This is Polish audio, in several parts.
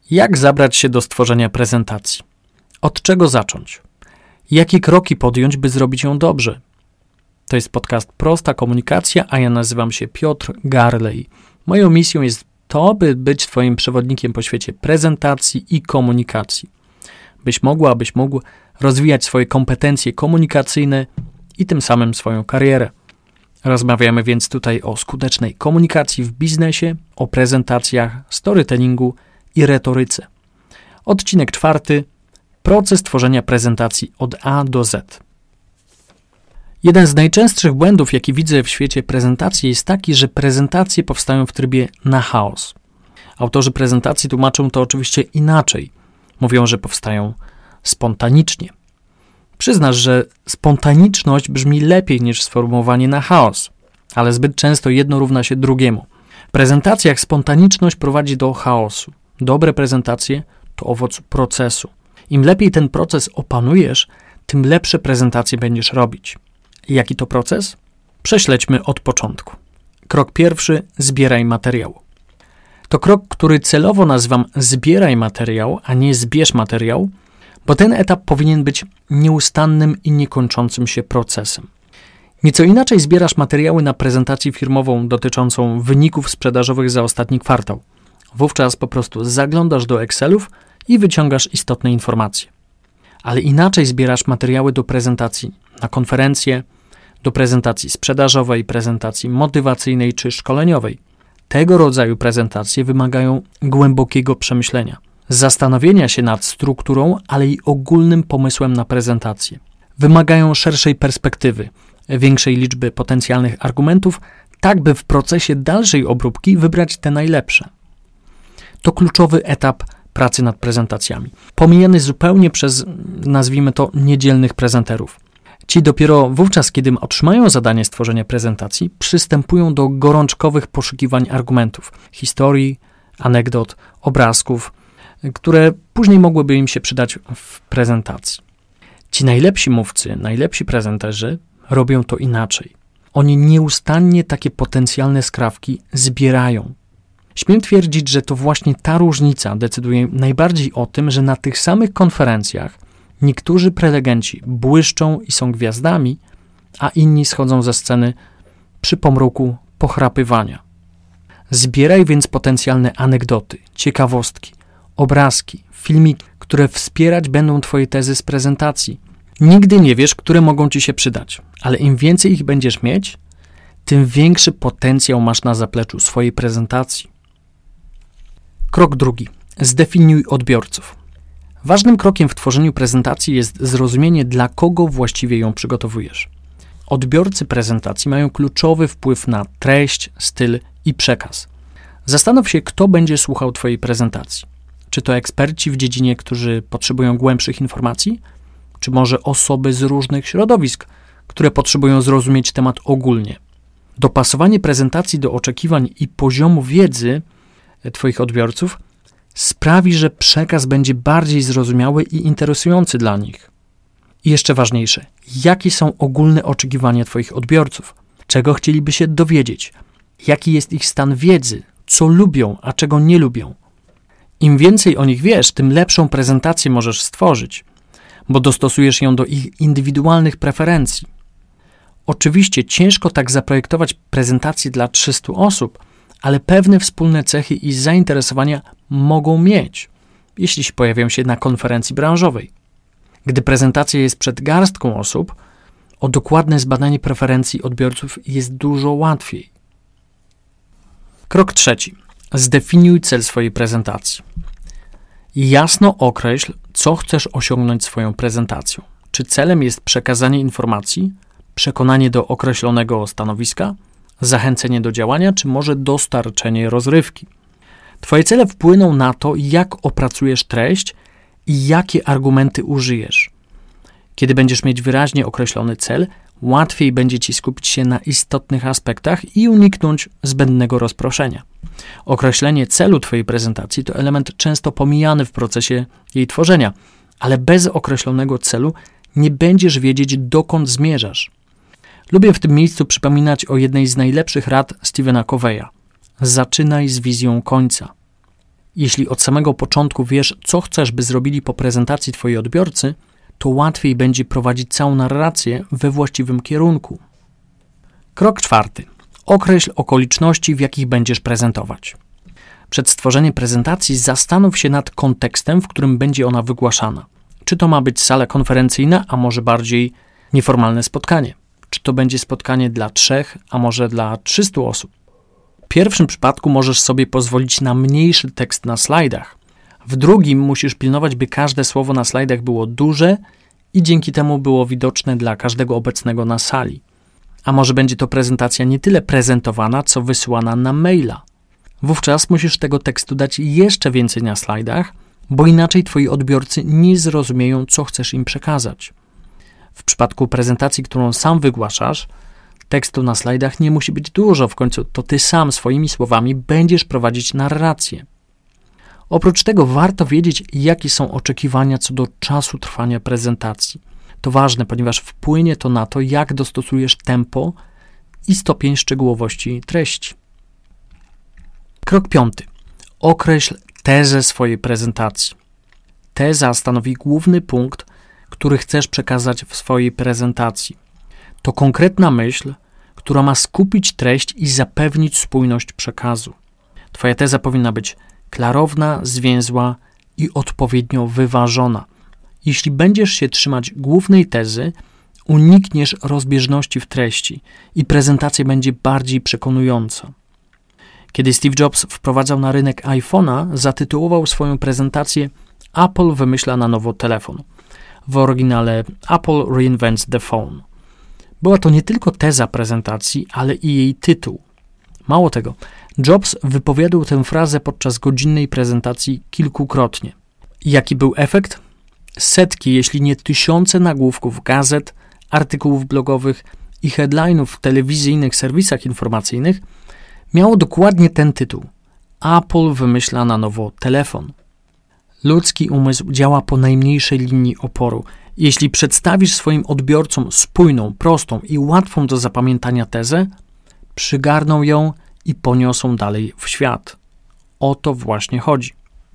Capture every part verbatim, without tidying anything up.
Jak zabrać się do stworzenia prezentacji? Od czego zacząć? Jakie kroki podjąć, by zrobić ją dobrze? To jest podcast Prosta Komunikacja, a ja nazywam się Piotr Garlej. Moją misją jest to, by być Twoim przewodnikiem po świecie prezentacji i komunikacji. Byś mogła, abyś mógł rozwijać swoje kompetencje komunikacyjne i tym samym swoją karierę. Rozmawiamy więc tutaj o skutecznej komunikacji w biznesie, o prezentacjach, storytellingu i retoryce. Odcinek czwarty. Proces tworzenia prezentacji od A do Z. Jeden z najczęstszych błędów, jaki widzę w świecie prezentacji, jest taki, że prezentacje powstają w trybie na chaos. Autorzy prezentacji tłumaczą to oczywiście inaczej. Mówią, że powstają spontanicznie. Przyznasz, że spontaniczność brzmi lepiej niż sformułowanie na chaos, ale zbyt często jedno równa się drugiemu. W prezentacjach spontaniczność prowadzi do chaosu. Dobre prezentacje to owoc procesu. Im lepiej ten proces opanujesz, tym lepsze prezentacje będziesz robić. Jaki to proces? Prześledźmy od początku. Krok pierwszy. Zbieraj materiał. To krok, który celowo nazywam zbieraj materiał, a nie zbierz materiał, bo ten etap powinien być nieustannym i niekończącym się procesem. Nieco inaczej zbierasz materiały na prezentację firmową dotyczącą wyników sprzedażowych za ostatni kwartał. Wówczas po prostu zaglądasz do Excelów i wyciągasz istotne informacje. Ale inaczej zbierasz materiały do prezentacji na konferencję, do prezentacji sprzedażowej, prezentacji motywacyjnej czy szkoleniowej. Tego rodzaju prezentacje wymagają głębokiego przemyślenia, zastanowienia się nad strukturą, ale i ogólnym pomysłem na prezentację. Wymagają szerszej perspektywy, większej liczby potencjalnych argumentów, tak by w procesie dalszej obróbki wybrać te najlepsze. To kluczowy etap pracy nad prezentacjami, pomijany zupełnie przez, nazwijmy to, niedzielnych prezenterów. Ci dopiero wówczas, kiedy otrzymają zadanie stworzenia prezentacji, przystępują do gorączkowych poszukiwań argumentów, historii, anegdot, obrazków, które później mogłyby im się przydać w prezentacji. Ci najlepsi mówcy, najlepsi prezenterzy robią to inaczej. Oni nieustannie takie potencjalne skrawki zbierają. Śmiem twierdzić, że to właśnie ta różnica decyduje najbardziej o tym, że na tych samych konferencjach niektórzy prelegenci błyszczą i są gwiazdami, a inni schodzą ze sceny przy pomruku pochrapywania. Zbieraj więc potencjalne anegdoty, ciekawostki, obrazki, filmiki, które wspierać będą Twoje tezy z prezentacji. Nigdy nie wiesz, które mogą Ci się przydać, ale im więcej ich będziesz mieć, tym większy potencjał masz na zapleczu swojej prezentacji. Krok drugi. Zdefiniuj odbiorców. Ważnym krokiem w tworzeniu prezentacji jest zrozumienie, dla kogo właściwie ją przygotowujesz. Odbiorcy prezentacji mają kluczowy wpływ na treść, styl i przekaz. Zastanów się, kto będzie słuchał Twojej prezentacji. Czy to eksperci w dziedzinie, którzy potrzebują głębszych informacji? Czy może osoby z różnych środowisk, które potrzebują zrozumieć temat ogólnie? Dopasowanie prezentacji do oczekiwań i poziomu wiedzy Twoich odbiorców sprawi, że przekaz będzie bardziej zrozumiały i interesujący dla nich. I jeszcze ważniejsze, jakie są ogólne oczekiwania Twoich odbiorców? Czego chcieliby się dowiedzieć? Jaki jest ich stan wiedzy? Co lubią, a czego nie lubią? Im więcej o nich wiesz, tym lepszą prezentację możesz stworzyć, bo dostosujesz ją do ich indywidualnych preferencji. Oczywiście ciężko tak zaprojektować prezentację dla trzystu osób, ale pewne wspólne cechy i zainteresowania mogą mieć, jeśli się pojawią się na konferencji branżowej. Gdy prezentacja jest przed garstką osób, o dokładne zbadanie preferencji odbiorców jest dużo łatwiej. Krok trzeci. Zdefiniuj cel swojej prezentacji. Jasno określ, co chcesz osiągnąć swoją prezentacją. Czy celem jest przekazanie informacji, przekonanie do określonego stanowiska, zachęcenie do działania, czy może dostarczenie rozrywki. Twoje cele wpłyną na to, jak opracujesz treść i jakie argumenty użyjesz. Kiedy będziesz mieć wyraźnie określony cel, łatwiej będzie Ci skupić się na istotnych aspektach i uniknąć zbędnego rozproszenia. Określenie celu Twojej prezentacji to element często pomijany w procesie jej tworzenia, ale bez określonego celu nie będziesz wiedzieć, dokąd zmierzasz. Lubię w tym miejscu przypominać o jednej z najlepszych rad Stephena Coveya. Zaczynaj z wizją końca. Jeśli od samego początku wiesz, co chcesz, by zrobili po prezentacji twoi odbiorcy, to łatwiej będzie prowadzić całą narrację we właściwym kierunku. Krok czwarty. Określ okoliczności, w jakich będziesz prezentować. Przed stworzeniem prezentacji zastanów się nad kontekstem, w którym będzie ona wygłaszana. Czy to ma być sala konferencyjna, a może bardziej nieformalne spotkanie? Czy to będzie spotkanie dla trzech, a może dla trzystu osób? W pierwszym przypadku możesz sobie pozwolić na mniejszy tekst na slajdach. W drugim musisz pilnować, by każde słowo na slajdach było duże i dzięki temu było widoczne dla każdego obecnego na sali. A może będzie to prezentacja nie tyle prezentowana, co wysyłana na maila. Wówczas musisz tego tekstu dać jeszcze więcej na slajdach, bo inaczej twoi odbiorcy nie zrozumieją, co chcesz im przekazać. W przypadku prezentacji, którą sam wygłaszasz, tekstu na slajdach nie musi być dużo, w końcu to ty sam swoimi słowami będziesz prowadzić narrację. Oprócz tego warto wiedzieć, jakie są oczekiwania co do czasu trwania prezentacji. To ważne, ponieważ wpłynie to na to, jak dostosujesz tempo i stopień szczegółowości treści. Krok piąty. Określ tezę swojej prezentacji. Teza stanowi główny punkt, który chcesz przekazać w swojej prezentacji. To konkretna myśl, która ma skupić treść i zapewnić spójność przekazu. Twoja teza powinna być klarowna, zwięzła i odpowiednio wyważona. Jeśli będziesz się trzymać głównej tezy, unikniesz rozbieżności w treści i prezentacja będzie bardziej przekonująca. Kiedy Steve Jobs wprowadzał na rynek iPhone'a, zatytułował swoją prezentację Apple wymyśla na nowo telefon. W oryginale Apple reinvents the phone. Była to nie tylko teza prezentacji, ale i jej tytuł. Mało tego, Jobs wypowiadał tę frazę podczas godzinnej prezentacji kilkukrotnie. Jaki był efekt? Setki, jeśli nie tysiące nagłówków gazet, artykułów blogowych i headline'ów w telewizyjnych serwisach informacyjnych miało dokładnie ten tytuł. Apple wymyśla na nowo telefon. Ludzki umysł działa po najmniejszej linii oporu. Jeśli przedstawisz swoim odbiorcom spójną, prostą i łatwą do zapamiętania tezę, przygarną ją i poniosą dalej w świat. O to właśnie chodzi.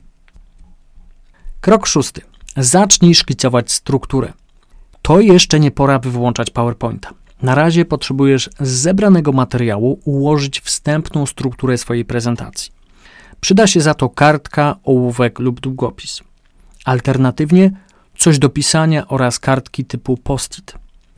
Krok szósty. Zacznij szkicować strukturę. To jeszcze nie pora, by włączać PowerPointa. Na razie potrzebujesz z zebranego materiału ułożyć wstępną strukturę swojej prezentacji. Przyda się za to kartka, ołówek lub długopis. Alternatywnie coś do pisania oraz kartki typu post-it.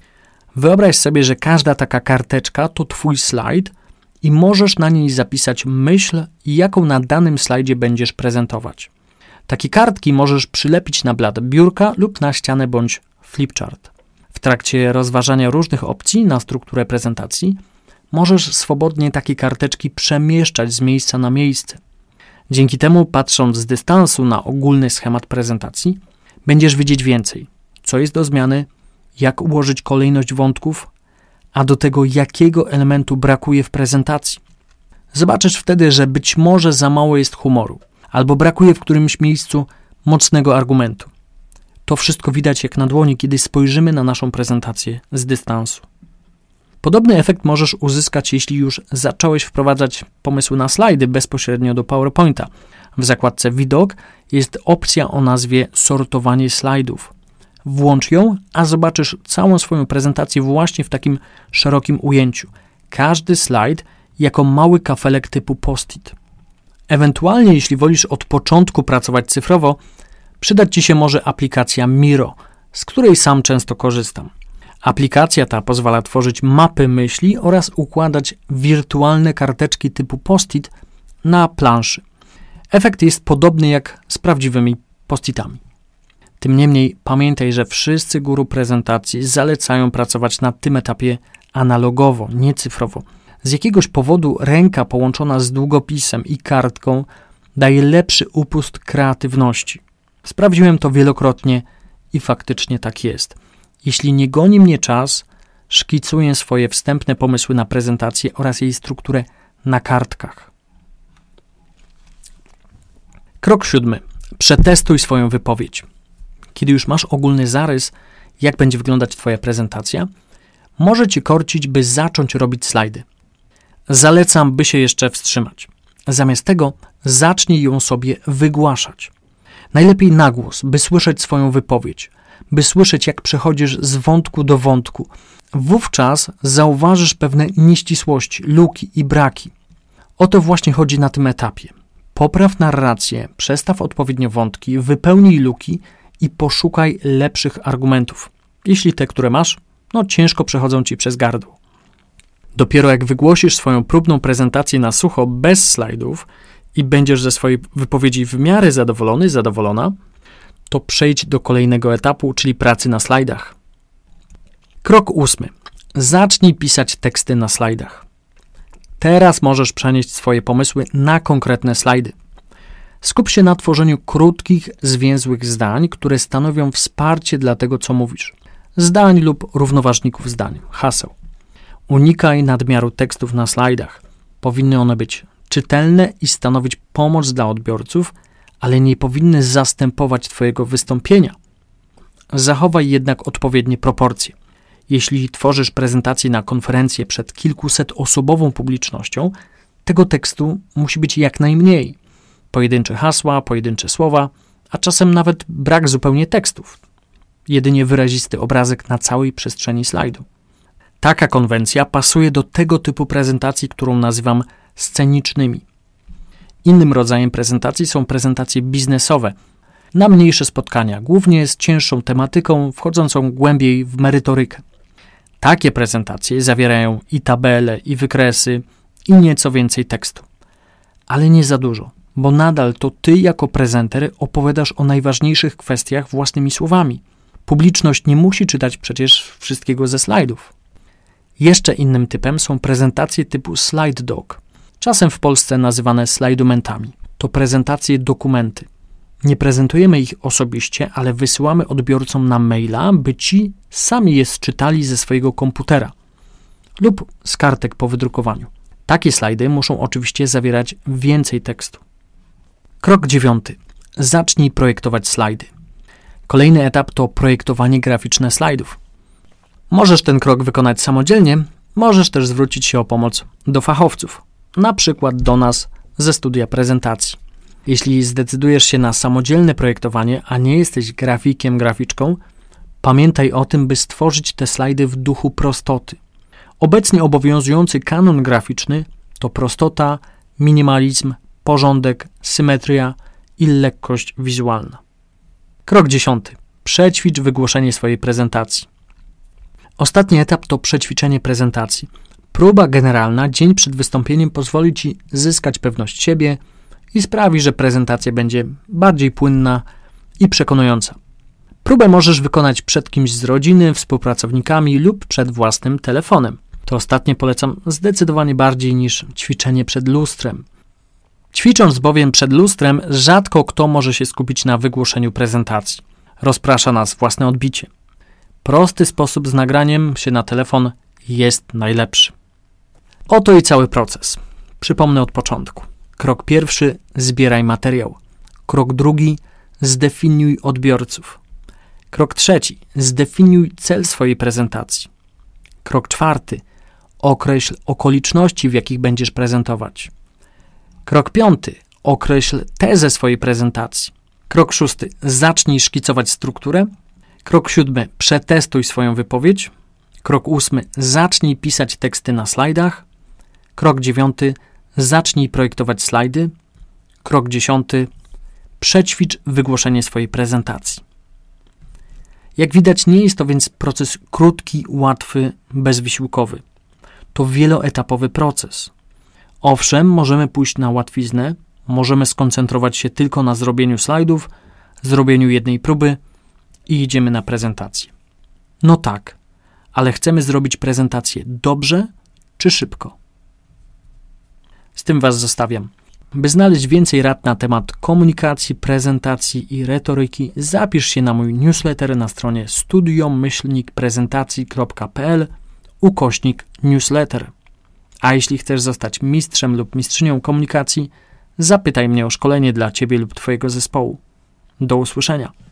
Wyobraź sobie, że każda taka karteczka to twój slajd i możesz na niej zapisać myśl, jaką na danym slajdzie będziesz prezentować. Takie kartki możesz przylepić na blat biurka lub na ścianę bądź flipchart. W trakcie rozważania różnych opcji na strukturę prezentacji możesz swobodnie takie karteczki przemieszczać z miejsca na miejsce. Dzięki temu, patrząc z dystansu na ogólny schemat prezentacji, będziesz wiedzieć więcej, co jest do zmiany, jak ułożyć kolejność wątków, a do tego jakiego elementu brakuje w prezentacji. Zobaczysz wtedy, że być może za mało jest humoru, albo brakuje w którymś miejscu mocnego argumentu. To wszystko widać jak na dłoni, kiedy spojrzymy na naszą prezentację z dystansu. Podobny efekt możesz uzyskać, jeśli już zacząłeś wprowadzać pomysły na slajdy bezpośrednio do PowerPointa. W zakładce Widok jest opcja o nazwie Sortowanie slajdów. Włącz ją, a zobaczysz całą swoją prezentację właśnie w takim szerokim ujęciu. Każdy slajd jako mały kafelek typu post-it. Ewentualnie, jeśli wolisz od początku pracować cyfrowo, przydać Ci się może aplikacja Miro, z której sam często korzystam. Aplikacja ta pozwala tworzyć mapy myśli oraz układać wirtualne karteczki typu post-it na planszy. Efekt jest podobny jak z prawdziwymi post-itami. Tym niemniej pamiętaj, że wszyscy guru prezentacji zalecają pracować na tym etapie analogowo, nie cyfrowo. Z jakiegoś powodu ręka połączona z długopisem i kartką daje lepszy upust kreatywności. Sprawdziłem to wielokrotnie i faktycznie tak jest. Jeśli nie goni mnie czas, szkicuję swoje wstępne pomysły na prezentację oraz jej strukturę na kartkach. Krok siódmy. Przetestuj swoją wypowiedź. Kiedy już masz ogólny zarys, jak będzie wyglądać Twoja prezentacja, może Cię korcić, by zacząć robić slajdy. Zalecam, by się jeszcze wstrzymać. Zamiast tego zacznij ją sobie wygłaszać. Najlepiej na głos, by słyszeć swoją wypowiedź, by słyszeć, jak przechodzisz z wątku do wątku. Wówczas zauważysz pewne nieścisłości, luki i braki. O to właśnie chodzi na tym etapie. Popraw narrację, przestaw odpowiednio wątki, wypełnij luki i poszukaj lepszych argumentów. Jeśli te, które masz, no ciężko przechodzą ci przez gardło. Dopiero jak wygłosisz swoją próbną prezentację na sucho, bez slajdów i będziesz ze swojej wypowiedzi w miarę zadowolony, zadowolona, to przejdź do kolejnego etapu, czyli pracy na slajdach. Krok ósmy. Zacznij pisać teksty na slajdach. Teraz możesz przenieść swoje pomysły na konkretne slajdy. Skup się na tworzeniu krótkich, zwięzłych zdań, które stanowią wsparcie dla tego, co mówisz. Zdań lub równoważników zdań, haseł. Unikaj nadmiaru tekstów na slajdach. Powinny one być czytelne i stanowić pomoc dla odbiorców, ale nie powinny zastępować Twojego wystąpienia. Zachowaj jednak odpowiednie proporcje. Jeśli tworzysz prezentację na konferencję przed kilkusetosobową publicznością, tego tekstu musi być jak najmniej. Pojedyncze hasła, pojedyncze słowa, a czasem nawet brak zupełnie tekstów. Jedynie wyrazisty obrazek na całej przestrzeni slajdu. Taka konwencja pasuje do tego typu prezentacji, którą nazywam scenicznymi. Innym rodzajem prezentacji są prezentacje biznesowe, na mniejsze spotkania, głównie z cięższą tematyką, wchodzącą głębiej w merytorykę. Takie prezentacje zawierają i tabele, i wykresy, i nieco więcej tekstu. Ale nie za dużo, bo nadal to ty jako prezenter opowiadasz o najważniejszych kwestiach własnymi słowami. Publiczność nie musi czytać przecież wszystkiego ze slajdów. Jeszcze innym typem są prezentacje typu slide doc, czasem w Polsce nazywane slajdomentami. To prezentacje dokumenty. Nie prezentujemy ich osobiście, ale wysyłamy odbiorcom na maila, by ci sami je czytali ze swojego komputera lub z kartek po wydrukowaniu. Takie slajdy muszą oczywiście zawierać więcej tekstu. Krok dziewiąty. Zacznij projektować slajdy. Kolejny etap to projektowanie graficzne slajdów. Możesz ten krok wykonać samodzielnie, możesz też zwrócić się o pomoc do fachowców, na przykład do nas ze studia prezentacji. Jeśli zdecydujesz się na samodzielne projektowanie, a nie jesteś grafikiem, graficzką, pamiętaj o tym, by stworzyć te slajdy w duchu prostoty. Obecnie obowiązujący kanon graficzny to prostota, minimalizm, porządek, symetria i lekkość wizualna. Krok dziesiąty. Przećwicz wygłoszenie swojej prezentacji. Ostatni etap to przećwiczenie prezentacji. Próba generalna dzień przed wystąpieniem pozwoli Ci zyskać pewność siebie i sprawi, że prezentacja będzie bardziej płynna i przekonująca. Próbę możesz wykonać przed kimś z rodziny, współpracownikami lub przed własnym telefonem. To ostatnie polecam zdecydowanie bardziej niż ćwiczenie przed lustrem. Ćwicząc bowiem przed lustrem, rzadko kto może się skupić na wygłoszeniu prezentacji. Rozprasza nas własne odbicie. Prosty sposób z nagraniem się na telefon jest najlepszy. Oto i cały proces. Przypomnę od początku. Krok pierwszy – zbieraj materiał. Krok drugi – zdefiniuj odbiorców. Krok trzeci – zdefiniuj cel swojej prezentacji. Krok czwarty – określ okoliczności, w jakich będziesz prezentować. Krok piąty – określ tezę swojej prezentacji. Krok szósty – zacznij szkicować strukturę. Krok siódmy – przetestuj swoją wypowiedź. Krok ósmy – zacznij pisać teksty na slajdach. Krok dziewiąty – zacznij projektować slajdy. Krok dziesiąty – przećwicz wygłoszenie swojej prezentacji. Jak widać, nie jest to więc proces krótki, łatwy, bezwysiłkowy. To wieloetapowy proces. Owszem, możemy pójść na łatwiznę, możemy skoncentrować się tylko na zrobieniu slajdów, zrobieniu jednej próby i idziemy na prezentację. No tak, ale chcemy zrobić prezentację dobrze czy szybko? Z tym Was zostawiam. By znaleźć więcej rad na temat komunikacji, prezentacji i retoryki, zapisz się na mój newsletter na stronie studio myślnik prezentacji kropka p l ukośnik newsletter. A jeśli chcesz zostać mistrzem lub mistrzynią komunikacji, zapytaj mnie o szkolenie dla Ciebie lub Twojego zespołu. Do usłyszenia.